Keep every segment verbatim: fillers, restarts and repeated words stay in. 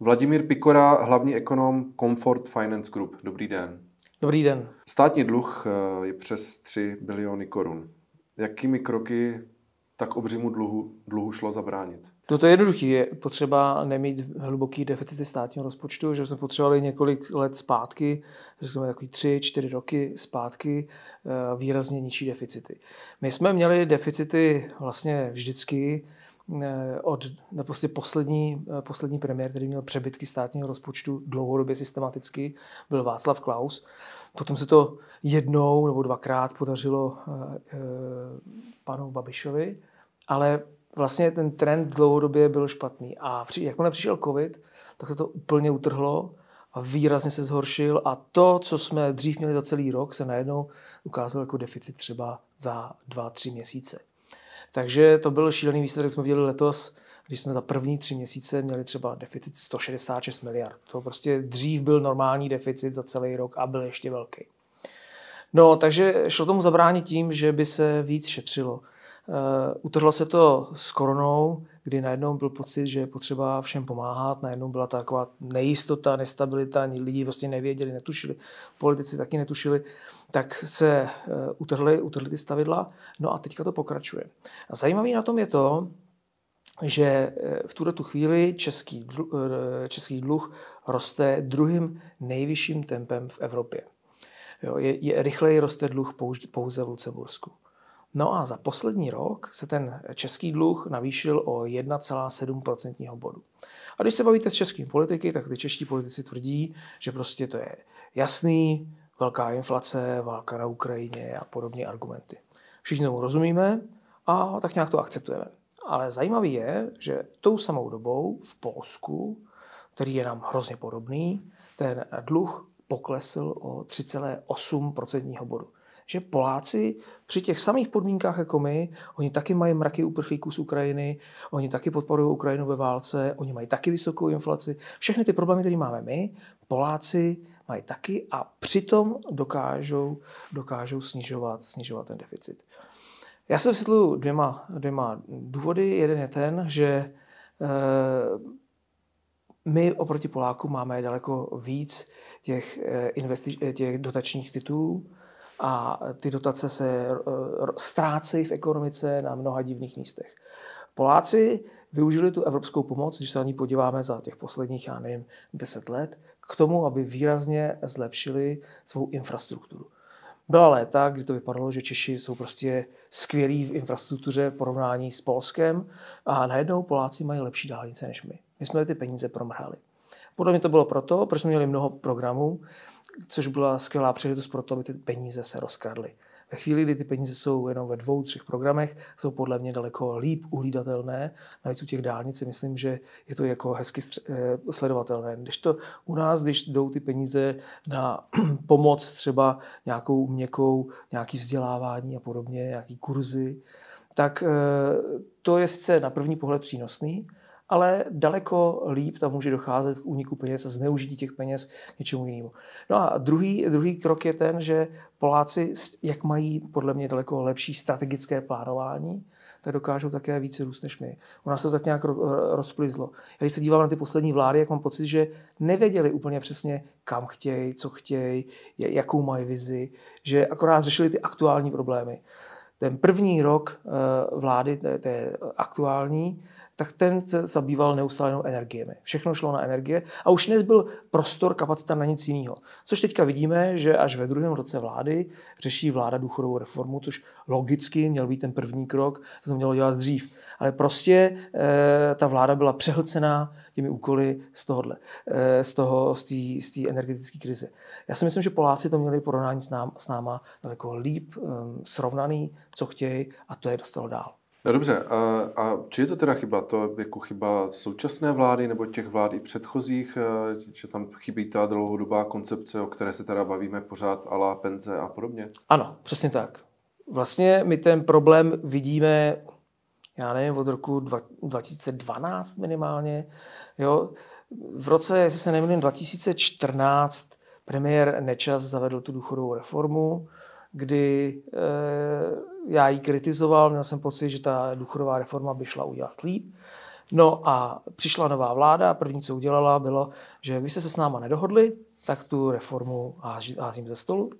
Vladimír Pikora, hlavní ekonom Comfort Finance Group. Dobrý den. Dobrý den. Státní dluh je přes tři biliony korun. Jakými kroky tak obřímu dluhu, dluhu šlo zabránit? To je jednoduché. Je potřeba nemít hluboký deficity státního rozpočtu, že jsme potřebovali několik let zpátky, řekněme takový tři, čtyři roky zpátky, výrazně nižší deficity. My jsme měli deficity vlastně vždycky od prostě poslední, poslední premiér, který měl přebytky státního rozpočtu dlouhodobě systematicky, byl Václav Klaus. Potom se to jednou nebo dvakrát podařilo panu Babišovi, ale vlastně ten trend dlouhodobě byl špatný. A jakmile přišel covid, tak se to úplně utrhlo a výrazně se zhoršil a to, co jsme dřív měli za celý rok, se najednou ukázalo jako deficit třeba za dva, tři měsíce. Takže to byl šílený výsledek, jsme viděli letos, když jsme za první tři měsíce měli třeba deficit sto šedesát šest miliard. To prostě dřív byl normální deficit za celý rok a byl ještě velký. No, takže šlo tomu zabránit tím, že by se víc šetřilo. Uh, utrhlo se to s koronou, kdy najednou byl pocit, že je potřeba všem pomáhat, najednou byla taková nejistota, nestabilita, lidi prostě nevěděli, netušili, politici taky netušili, tak se uh, utrhly, utrhly ty stavidla, no a teďka to pokračuje. A zajímavý na tom je to, že v tuto chvíli český dluh, český dluh roste druhým nejvyšším tempem v Evropě. Jo, je, je, rychleji roste dluh pouze v Lucembursku. No a za poslední rok se ten český dluh navýšil o jedna celá sedm procentního bodu. A když se bavíte s českými politiky, tak ty čeští politici tvrdí, že prostě to je jasný, velká inflace, válka na Ukrajině a podobné argumenty. Všichni tomu rozumíme a tak nějak to akceptujeme. Ale zajímavý je, že tou samou dobou v Polsku, který je nám hrozně podobný, ten dluh poklesl o tři celá osm procentního bodu. Že Poláci při těch samých podmínkách jako my, oni taky mají mraky uprchlíků z Ukrajiny, oni taky podporují Ukrajinu ve válce, oni mají taky vysokou inflaci. Všechny ty problémy, které máme my, Poláci mají taky a přitom dokážou, dokážou snižovat, snižovat ten deficit. Já se vysvětluji dvěma, dvěma důvody. Jeden je ten, že e, my oproti Polákům máme daleko víc těch, investi- těch dotačních titulů a ty dotace se ztrácejí v ekonomice na mnoha divných místech. Poláci využili tu evropskou pomoc, když se na ní podíváme za těch posledních, já nevím, deset let, k tomu, aby výrazně zlepšili svou infrastrukturu. Byla léta, kdy to vypadalo, že Češi jsou prostě skvělí v infrastruktuře v porovnání s Polskem a najednou Poláci mají lepší dálnice než my. My jsme ty peníze promrhali. Podle mě to bylo proto, protože jsme měli mnoho programů, což byla skvělá příležitost pro to, aby ty peníze se rozkradly. Ve chvíli, kdy ty peníze jsou jenom ve dvou, třech programech, jsou podle mě daleko líp uhlídatelné. Navíc u těch dálnic si myslím, že je to jako hezky sledovatelné. Když to u nás, když jdou ty peníze na pomoc třeba nějakou měkkou, nějaký vzdělávání a podobně, nějaký kurzy, tak to je sice na první pohled přínosný, ale daleko líp tam může docházet k úniku peněz a zneužití těch peněz k něčemu jinému. No a druhý, druhý krok je ten, že Poláci, jak mají podle mě daleko lepší strategické plánování, tak dokážou také více růst než my. U nás to tak nějak rozplizlo. Když se dívám na ty poslední vlády, jak mám pocit, že nevěděli úplně přesně, kam chtějí, co chtějí, jakou mají vizi, že akorát řešili ty aktuální problémy. Ten první rok vlády, té, té aktuální, tak ten se zabýval neustále jenom energiemi. Všechno šlo na energie a už nezbyl prostor, kapacita na nic jiného. Což teďka vidíme, že až ve druhém roce vlády řeší vláda důchodovou reformu, což logicky měl být ten první krok, to mělo dělat dřív. Ale prostě e, ta vláda byla přehlcená těmi úkoly z tohohle, e, z toho, z té energetické krize. Já si myslím, že Poláci to měli porovnání s, nám, s náma daleko líp, e, srovnaný, co chtějí a to je dostalo dál. No dobře, a, a či je to teda chyba? To jako chyba současné vlády nebo těch vlád i předchozích, že tam chybí ta dlouhodobá koncepce, o které se teda bavíme pořád, a la penze a podobně? Ano, přesně tak. Vlastně my ten problém vidíme, já nevím, od roku dva tisíce dvanáct minimálně. Jo? V roce, jestli se nemýlím, dva tisíce čtrnáct premiér Nečas zavedl tu důchodovou reformu, kdy e, já ji kritizoval, měl jsem pocit, že ta důchodová reforma by šla udělat líp. No a přišla nová vláda a první, co udělala, bylo, že vy jste se s náma nedohodli, tak tu reformu házím ze stolu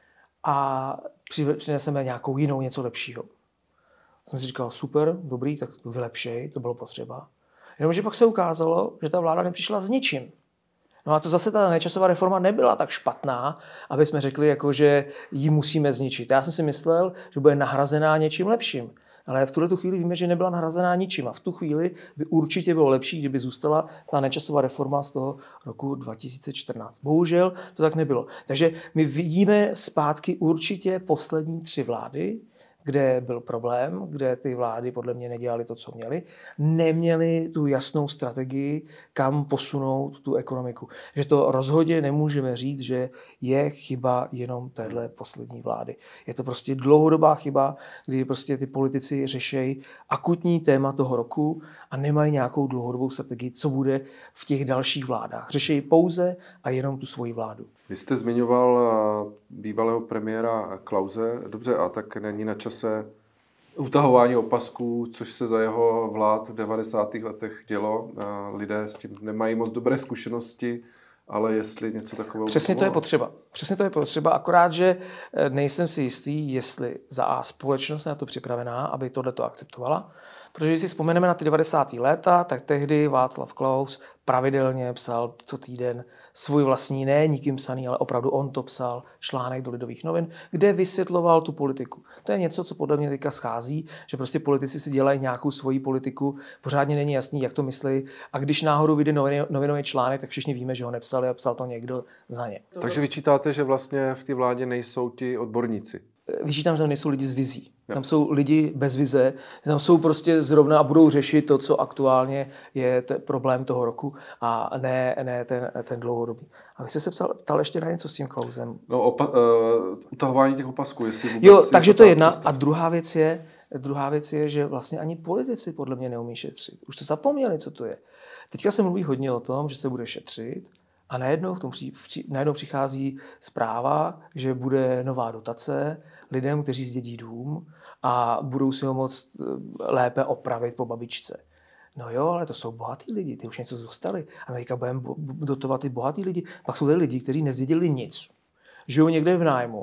a přineseme nějakou jinou, něco lepšího. Jsem si říkal, super, dobrý, tak to vylepšej, to bylo potřeba. Jenomže pak se ukázalo, že ta vláda nepřišla s ničím. No a to zase ta Nečasova reforma nebyla tak špatná, aby jsme řekli, jako, že ji musíme zničit. Já jsem si myslel, že bude nahrazená něčím lepším. Ale v tuhle chvíli víme, že nebyla nahrazená ničím. A v tu chvíli by určitě bylo lepší, kdyby zůstala ta Nečasova reforma z toho roku dva tisíce čtrnáct. Bohužel to tak nebylo. Takže my vidíme zpátky určitě poslední tři vlády, kde byl problém, kde ty vlády podle mě nedělaly to, co měly, neměly tu jasnou strategii, kam posunout tu ekonomiku. Že to rozhodně nemůžeme říct, že je chyba jenom téhle poslední vlády. Je to prostě dlouhodobá chyba, kdy prostě ty politici řeší akutní téma toho roku a nemají nějakou dlouhodobou strategii, co bude v těch dalších vládách. Řeší pouze a jenom tu svoji vládu. Vy jste zmiňoval bývalého premiéra Klause. Dobře, a tak není na čase utahování opasků, což se za jeho vlád v devadesátých letech dělo. Lidé s tím nemají moc dobré zkušenosti, ale jestli něco takového... Přesně to je potřeba. Přesně to je potřeba, akorát, že nejsem si jistý, jestli za A společnost je na to připravená, aby tohleto akceptovala. Protože když si vzpomeneme na ty devadesátá léta, tak tehdy Václav Klaus pravidelně psal co týden svůj vlastní, ne nikým psaný, ale opravdu on to psal, článek do Lidových novin, kde vysvětloval tu politiku. To je něco, co podle mě teďka schází, že prostě politici si dělají nějakou svoji politiku, pořádně není jasný, jak to myslí. A když náhodou vyjde novinový článek, tak všichni víme, že ho nepsali a psal to někdo za ně. Takže vyčítáte, že vlastně v té vládě nejsou ti odborníci? Vyčítám, že tam nejsou lidi z vizí. Tam jsou lidi bez vize, tam jsou prostě zrovna a budou řešit to, co aktuálně je ten problém toho roku a ne, ne ten, ten dlouhodobý. A vy jste se psal, ptal ještě na něco s tím Klausem. No, opa- uh, utahování těch opasků, jestli vůbec... Jo, takže to je jedna. A druhá věc je, druhá věc je, že vlastně ani politici podle mě neumí šetřit. Už to zapomněli, co to je. Teďka se mluví hodně o tom, že se bude šetřit, a najednou, k tomu při, při, najednou přichází zpráva, že bude nová dotace lidem, kteří zdědí dům a budou si ho moct lépe opravit po babičce. No jo, ale to jsou bohatí lidi, ty už něco zostali. A my teďka budeme dotovat ty bohatý lidi. Pak jsou tady lidi, kteří nezdědili nic. Žijou někde v nájmu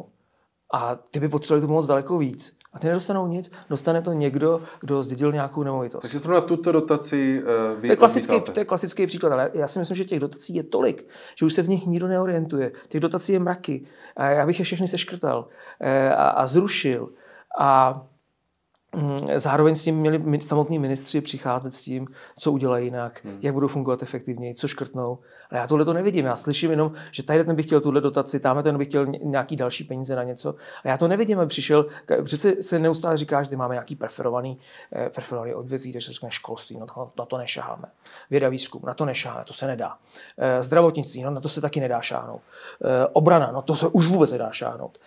a ty by potřebovali tu pomoc daleko víc. A ty nedostanou nic, dostane to někdo, kdo zdědil nějakou nemovitost. Takže zrovna tuto dotaci uh, vy to je, klasický, to je klasický příklad, ale já si myslím, že těch dotací je tolik, že už se v nich nikdo neorientuje. Těch dotací je mraky. A já bych je všechny seškrtal a, a zrušil. A zároveň s tím měli samotní ministři přicházet s tím, co udělají jinak, hmm. jak budou fungovat efektivněji, co škrtnou. Ale já tohle to nevidím. Já slyším jenom, že tady ten bych chtěl tuhle dotaci, tamhle ten bych chtěl nějaký další peníze na něco. A já to nevidím, aby přišel. Přece se neustále říká, že máme nějaký preferovaný, preferovaný odvětví, takže řekne školství, no to, na to nešaháme. Věda, výzkum, na to nešaháme, to se nedá. Zdravotnictví, no na to se taky nedá šáhnout. Obrana, no to se už vůbec nedá šáhnout.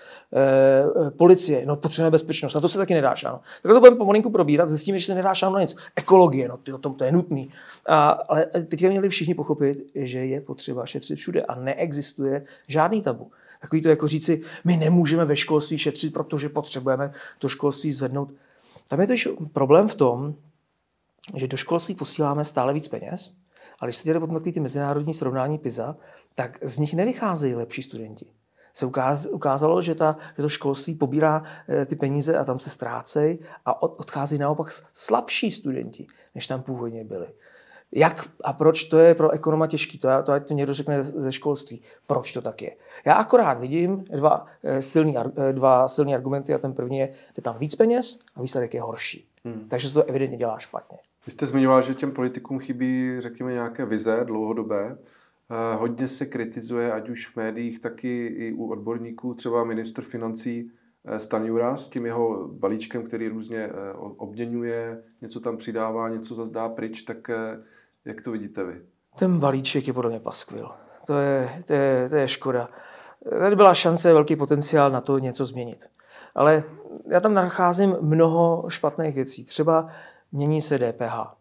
Policie, no potřebujeme bezpečnost, na to se taky nedá šáhnout. Tak to budeme pomalinku probírat, zjistíme, že se nedá šáhnout na nic. Ekologie, no to, to, to je nutný. A, ale teďka měli všichni pochopit, že je potřeba šetřit všude a neexistuje žádný tabu. Takový to jako říci, my nemůžeme ve školství šetřit, protože potřebujeme to školství zvednout. Tam je to problém v tom, že do školství posíláme stále víc peněz, ale když se dělají potom takový ty mezinárodní srovnání PISA, tak z nich nevycházejí lepší studenti. Se ukázalo, že, ta, že to školství pobírá ty peníze a tam se ztrácejí a od, odchází naopak slabší studenti, než tam původně byli. Jak a proč, to je pro ekonoma těžký, to, to ať to někdo řekne ze školství, proč to tak je. Já akorát vidím dva silný, dva silný argumenty a ten první je, že tam víc peněz a výsledek je horší. Hmm. Takže se to evidentně dělá špatně. Vy jste zmiňoval, že těm politikům chybí, řekněme, nějaké vize dlouhodobé. Hodně se kritizuje, ať už v médiích, taky i u odborníků, třeba ministr financí Stanjura s tím jeho balíčkem, který různě obměňuje, něco tam přidává, něco zase dá pryč, tak jak to vidíte vy? Ten balíček je podle mě paskvil. To je, to je, to je škoda. Tady byla šance, velký potenciál na to něco změnit. Ale já tam nacházím mnoho špatných věcí. Třeba mění se D P H.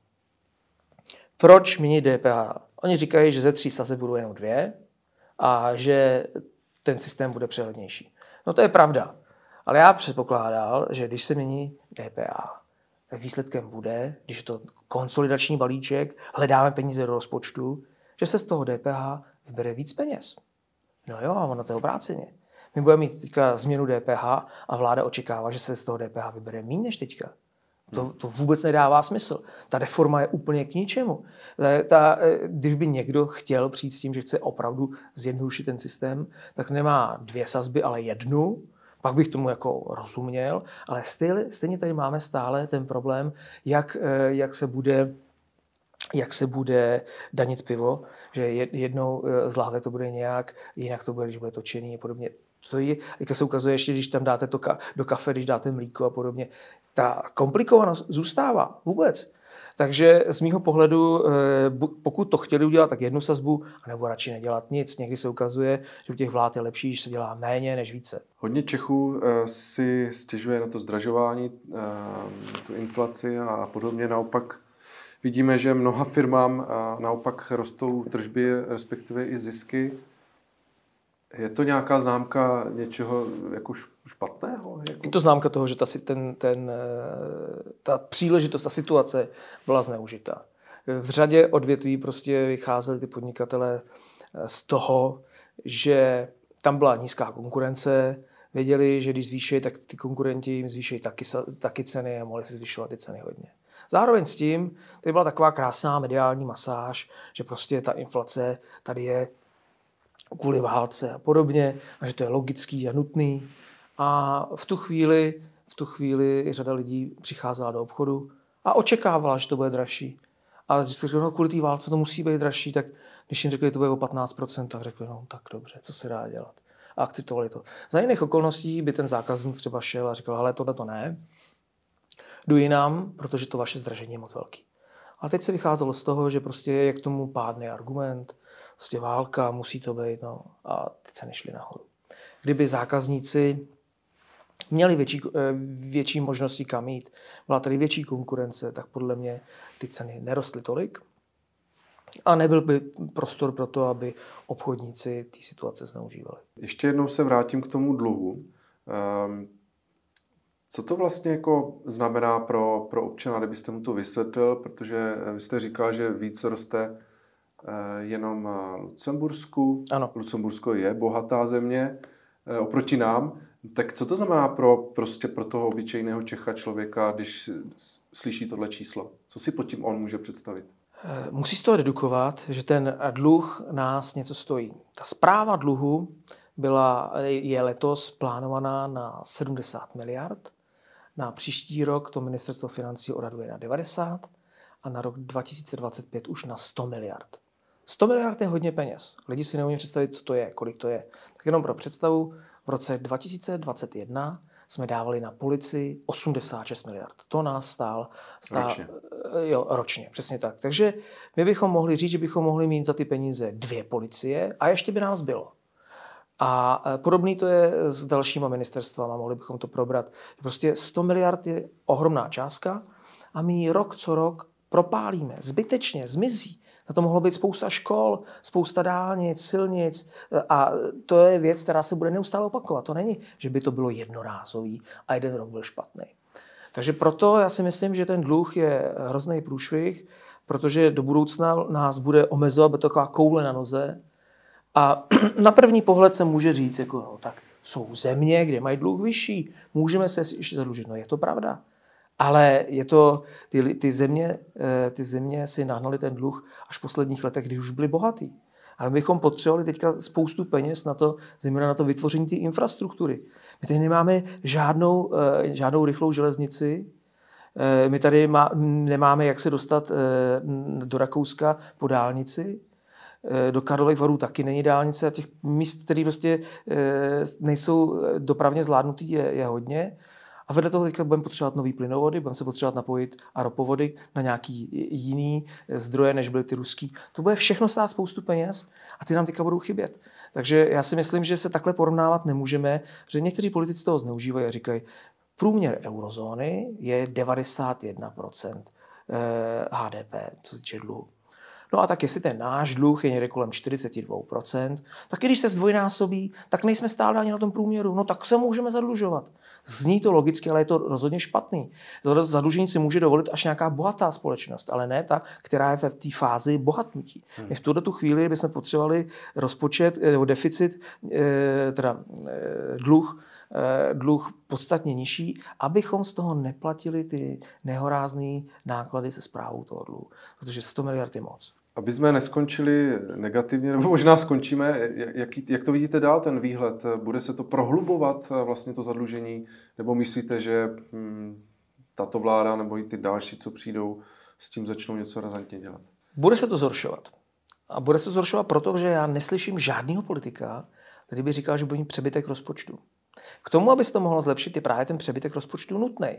Proč mění D P H? Oni říkají, že ze tří sazeb budou jenom dvě a že ten systém bude přehlednější. No to je pravda. Ale já předpokládal, že když se mění D P H, tak výsledkem bude, když je to konsolidační balíček, hledáme peníze do rozpočtu, že se z toho D P H vybere víc peněz. No jo, a ono to je obráceně. My budeme mít teďka změnu D P H a vláda očekává, že se z toho D P H vybere méně než teďka. To, to vůbec nedává smysl. Ta reforma je úplně k ničemu. Ta, ta, kdyby někdo chtěl přijít s tím, že chce opravdu zjednodušit ten systém, tak nemá dvě sazby, ale jednu. Pak bych tomu jako rozuměl. Ale stejně, stejně tady máme stále ten problém, jak, jak se bude... jak se bude danit pivo, že jednou z lahve to bude nějak, jinak to bude, když bude točený a podobně. To je, jak se ukazuje ještě, když tam dáte to ka, do kafe, když dáte mlíko a podobně. Ta komplikovanost zůstává vůbec. Takže z mýho pohledu, pokud to chtěli udělat, tak jednu sazbu, anebo radši nedělat nic. Někdy se ukazuje, že u těch vlád je lepší, když se dělá méně než více. Hodně Čechů si stěžuje na to zdražování, tu inflaci a podobně. Naopak vidíme, že mnoha firmám naopak rostou tržby, respektive i zisky. Je to nějaká známka něčeho jako špatného? Jako... Je to známka toho, že ta, ten, ten, ta příležitost, ta situace byla zneužita. V řadě odvětví prostě vycházeli ty podnikatelé z toho, že tam byla nízká konkurence, věděli, že když zvýší, tak ty konkurenti jim zvýší taky, taky ceny a mohli si zvyšovat ty ceny hodně. Zároveň s tím, tady byla taková krásná mediální masáž, že prostě ta inflace tady je kvůli válce a podobně, a že to je logický a nutný. A v tu chvíli, v tu chvíli řada lidí přicházela do obchodu a očekávala, že to bude dražší. A když řekli, no, kvůli té válce to musí být dražší, tak když jim řekli, že to bude o patnáct procent, tak řekli, no tak dobře, co se dá dělat. A akceptovali to. Za jiných okolností by ten zákazník třeba šel a říkal, hele, tohle to ne, jdu jinam, protože to vaše zdražení je moc velký. A teď se vycházelo z toho, že prostě je k tomu pádný argument, prostě válka, musí to být, no, a ty ceny šly nahoru. Kdyby zákazníci měli větší, větší možnosti kam jít, byla tady větší konkurence, tak podle mě ty ceny nerostly tolik a nebyl by prostor pro to, aby obchodníci té situace zneužívali. Ještě jednou se vrátím k tomu dluhu. Um... Co to vlastně jako znamená pro, pro občana, kdybyste mu to vysvětlil, protože vy jste říkal, že víc roste jenom Lucembursku. Ano. Lucembursko je bohatá země oproti nám. Tak co to znamená pro, prostě pro toho obyčejného Čecha člověka, když slyší tohle číslo? Co si pod tím on může představit? Musí z toho dedukovat, že ten dluh nás něco stojí. Ta správa dluhu byla, je letos plánovaná na sedmdesát miliard. Na příští rok to ministerstvo financí odhaduje na devadesát a na rok dva tisíce dvacet pět už na sto miliard. sto miliard je hodně peněz. Lidi si neumí představit, co to je, kolik to je. Tak jenom pro představu, v roce dva tisíce dvacet jedna jsme dávali na policii osmdesát šest miliard. To nás stál, stál ročně. Jo, ročně, přesně tak. Takže my bychom mohli říct, že bychom mohli mít za ty peníze dvě policie a ještě by nám zbylo. A podobný to je s dalšíma ministerstvama, mohli bychom to probrat. Prostě sto miliard je ohromná částka a my ji rok co rok propálíme, zbytečně, zmizí. Na to mohlo být spousta škol, spousta dálnic, silnic a to je věc, která se bude neustále opakovat. To není, že by to bylo jednorázový a jeden rok byl špatný. Takže proto já si myslím, že ten dluh je hrozný průšvih, protože do budoucna nás bude omezovat bude taková koule na noze. A na první pohled se může říct, jako, no, tak jsou země, kde mají dluh vyšší, můžeme se ještě zadlužit. No je to pravda. Ale je to, ty, ty, země, ty země si nahnaly ten dluh až v posledních letech, když už byly bohatý. Ale my bychom potřebovali teďka spoustu peněz na to, zejména na to vytvoření té infrastruktury. My tady nemáme žádnou, žádnou rychlou železnici, my tady má, nemáme, jak se dostat do Rakouska po dálnici, do Karlových Varů taky není dálnice a těch míst, které prostě nejsou dopravně zvládnutý, je, je hodně. A vedle toho teďka budeme potřebovat nový plynovody, budeme se potřebovat napojit a ropovody na nějaký jiný zdroje, než byly ty ruský. To bude všechno stát spoustu peněz a ty nám teďka budou chybět. Takže já si myslím, že se takhle porovnávat nemůžeme, že někteří politici toho zneužívají a říkají, průměr eurozóny je devadesát jedna procent H D P, co se týče dluhu. No a tak jestli ten náš dluh je někde kolem čtyřicet dva procent, tak i když se zdvojnásobí, tak nejsme stále ani na tom průměru. No tak se můžeme zadlužovat. Zní to logicky, ale je to rozhodně špatný. Tohle zadlužení si může dovolit až nějaká bohatá společnost, ale ne ta, která je v té fázi bohatnutí. My v tuto chvíli bychom potřebovali rozpočet nebo deficit, teda dluh, dluh podstatně nižší, abychom z toho neplatili ty nehorázné náklady se správou toho dluhu. Protože sto miliard je moc. Aby jsme neskončili negativně, nebo možná skončíme, jak, jak to vidíte dál, ten výhled? Bude se to prohlubovat, vlastně to zadlužení? Nebo myslíte, že hm, tato vláda nebo i ty další, co přijdou, s tím začnou něco razantně dělat? Bude se to zhoršovat. A bude se to zhoršovat proto, že já neslyším žádného politika, který by říkal, že bude mít přebytek rozpočtu. K tomu, aby se to mohlo zlepšit, je právě ten přebytek rozpočtu nutný.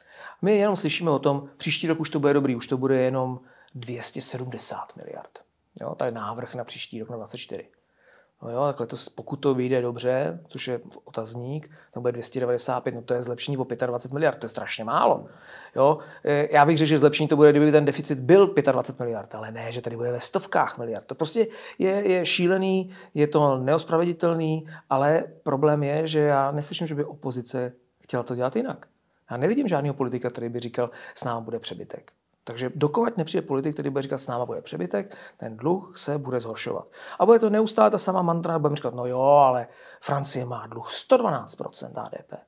My jenom slyšíme o tom, příští rok už to bude dobrý, už to bude jenom dvě stě sedmdesát miliard. Jo, to je návrh na příští rok na dvacet čtyři. No jo, takhle to, pokud to vyjde dobře, což je otazník, to bude dvě stě devadesát pět, no to je zlepšení o dvacet pět miliard, to je strašně málo. Jo, já bych řekl, že zlepšení to bude, kdyby ten deficit byl dvacet pět miliard, ale ne, že tady bude ve stovkách miliard. To prostě je, je šílený, je to neospraveditelný, ale problém je, že já neslyším, že by opozice chtěla to dělat jinak. Já nevidím žádného politika, který by říkal, s námi bude přebytek. Takže dokud nepřijde politik, který bude říkat, s náma bude přebytek, ten dluh se bude zhoršovat. A bude to neustále ta sama mantra, budeme říkat, no jo, ale Francie má dluh sto dvanáct procent H D P.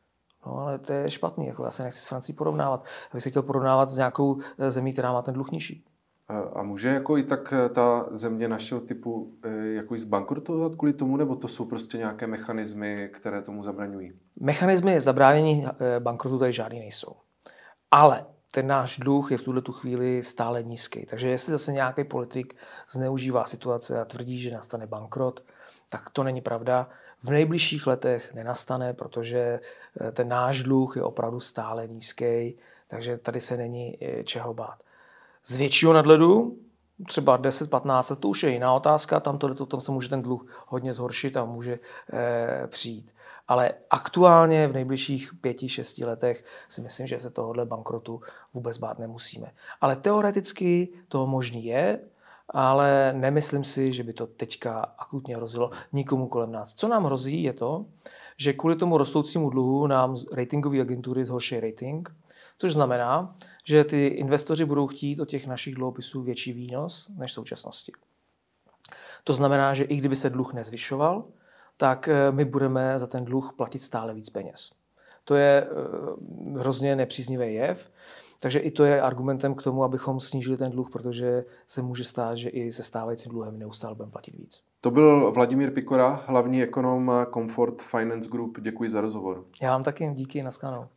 No ale to je špatný, jako já se nechci s Francií porovnávat. Já bych se chtěl porovnávat s nějakou zemí, která má ten dluh nižší. A může jako i tak ta země našeho typu jako i zbankrotovat kvůli tomu, nebo to jsou prostě nějaké mechanismy, které tomu zabraňují? Mechanismy zabránění bankrotu tady žádný nejsou. Ale ten náš dluh je v tuhle tu chvíli stále nízký. Takže jestli zase nějaký politik zneužívá situace a tvrdí, že nastane bankrot, tak to není pravda. V nejbližších letech nenastane, protože ten náš dluh je opravdu stále nízký, takže tady se není čeho bát. Z většího nadhledu, třeba deset patnáct let, to už je jiná otázka, tam, to, tam se může ten dluh hodně zhoršit a může eh, přijít. Ale aktuálně v nejbližších pěti, šesti letech si myslím, že se tohohle bankrotu vůbec bát nemusíme. Ale teoreticky to možný je, ale nemyslím si, že by to teďka akutně hrozilo nikomu kolem nás. Co nám hrozí je to, že kvůli tomu rostoucímu dluhu nám ratingové agentury zhorší rating, což znamená, že ty investoři budou chtít od těch našich dluhopisů větší výnos než v současnosti. To znamená, že i kdyby se dluh nezvyšoval, tak my budeme za ten dluh platit stále víc peněz. To je hrozně nepříznivý jev, takže i to je argumentem k tomu, abychom snížili ten dluh, protože se může stát, že i se stávajícím dluhem neustále budeme platit víc. To byl Vladimír Pikora, hlavní ekonom Comfort Finance Group. Děkuji za rozhovor. Já vám taky díky, nashledanou.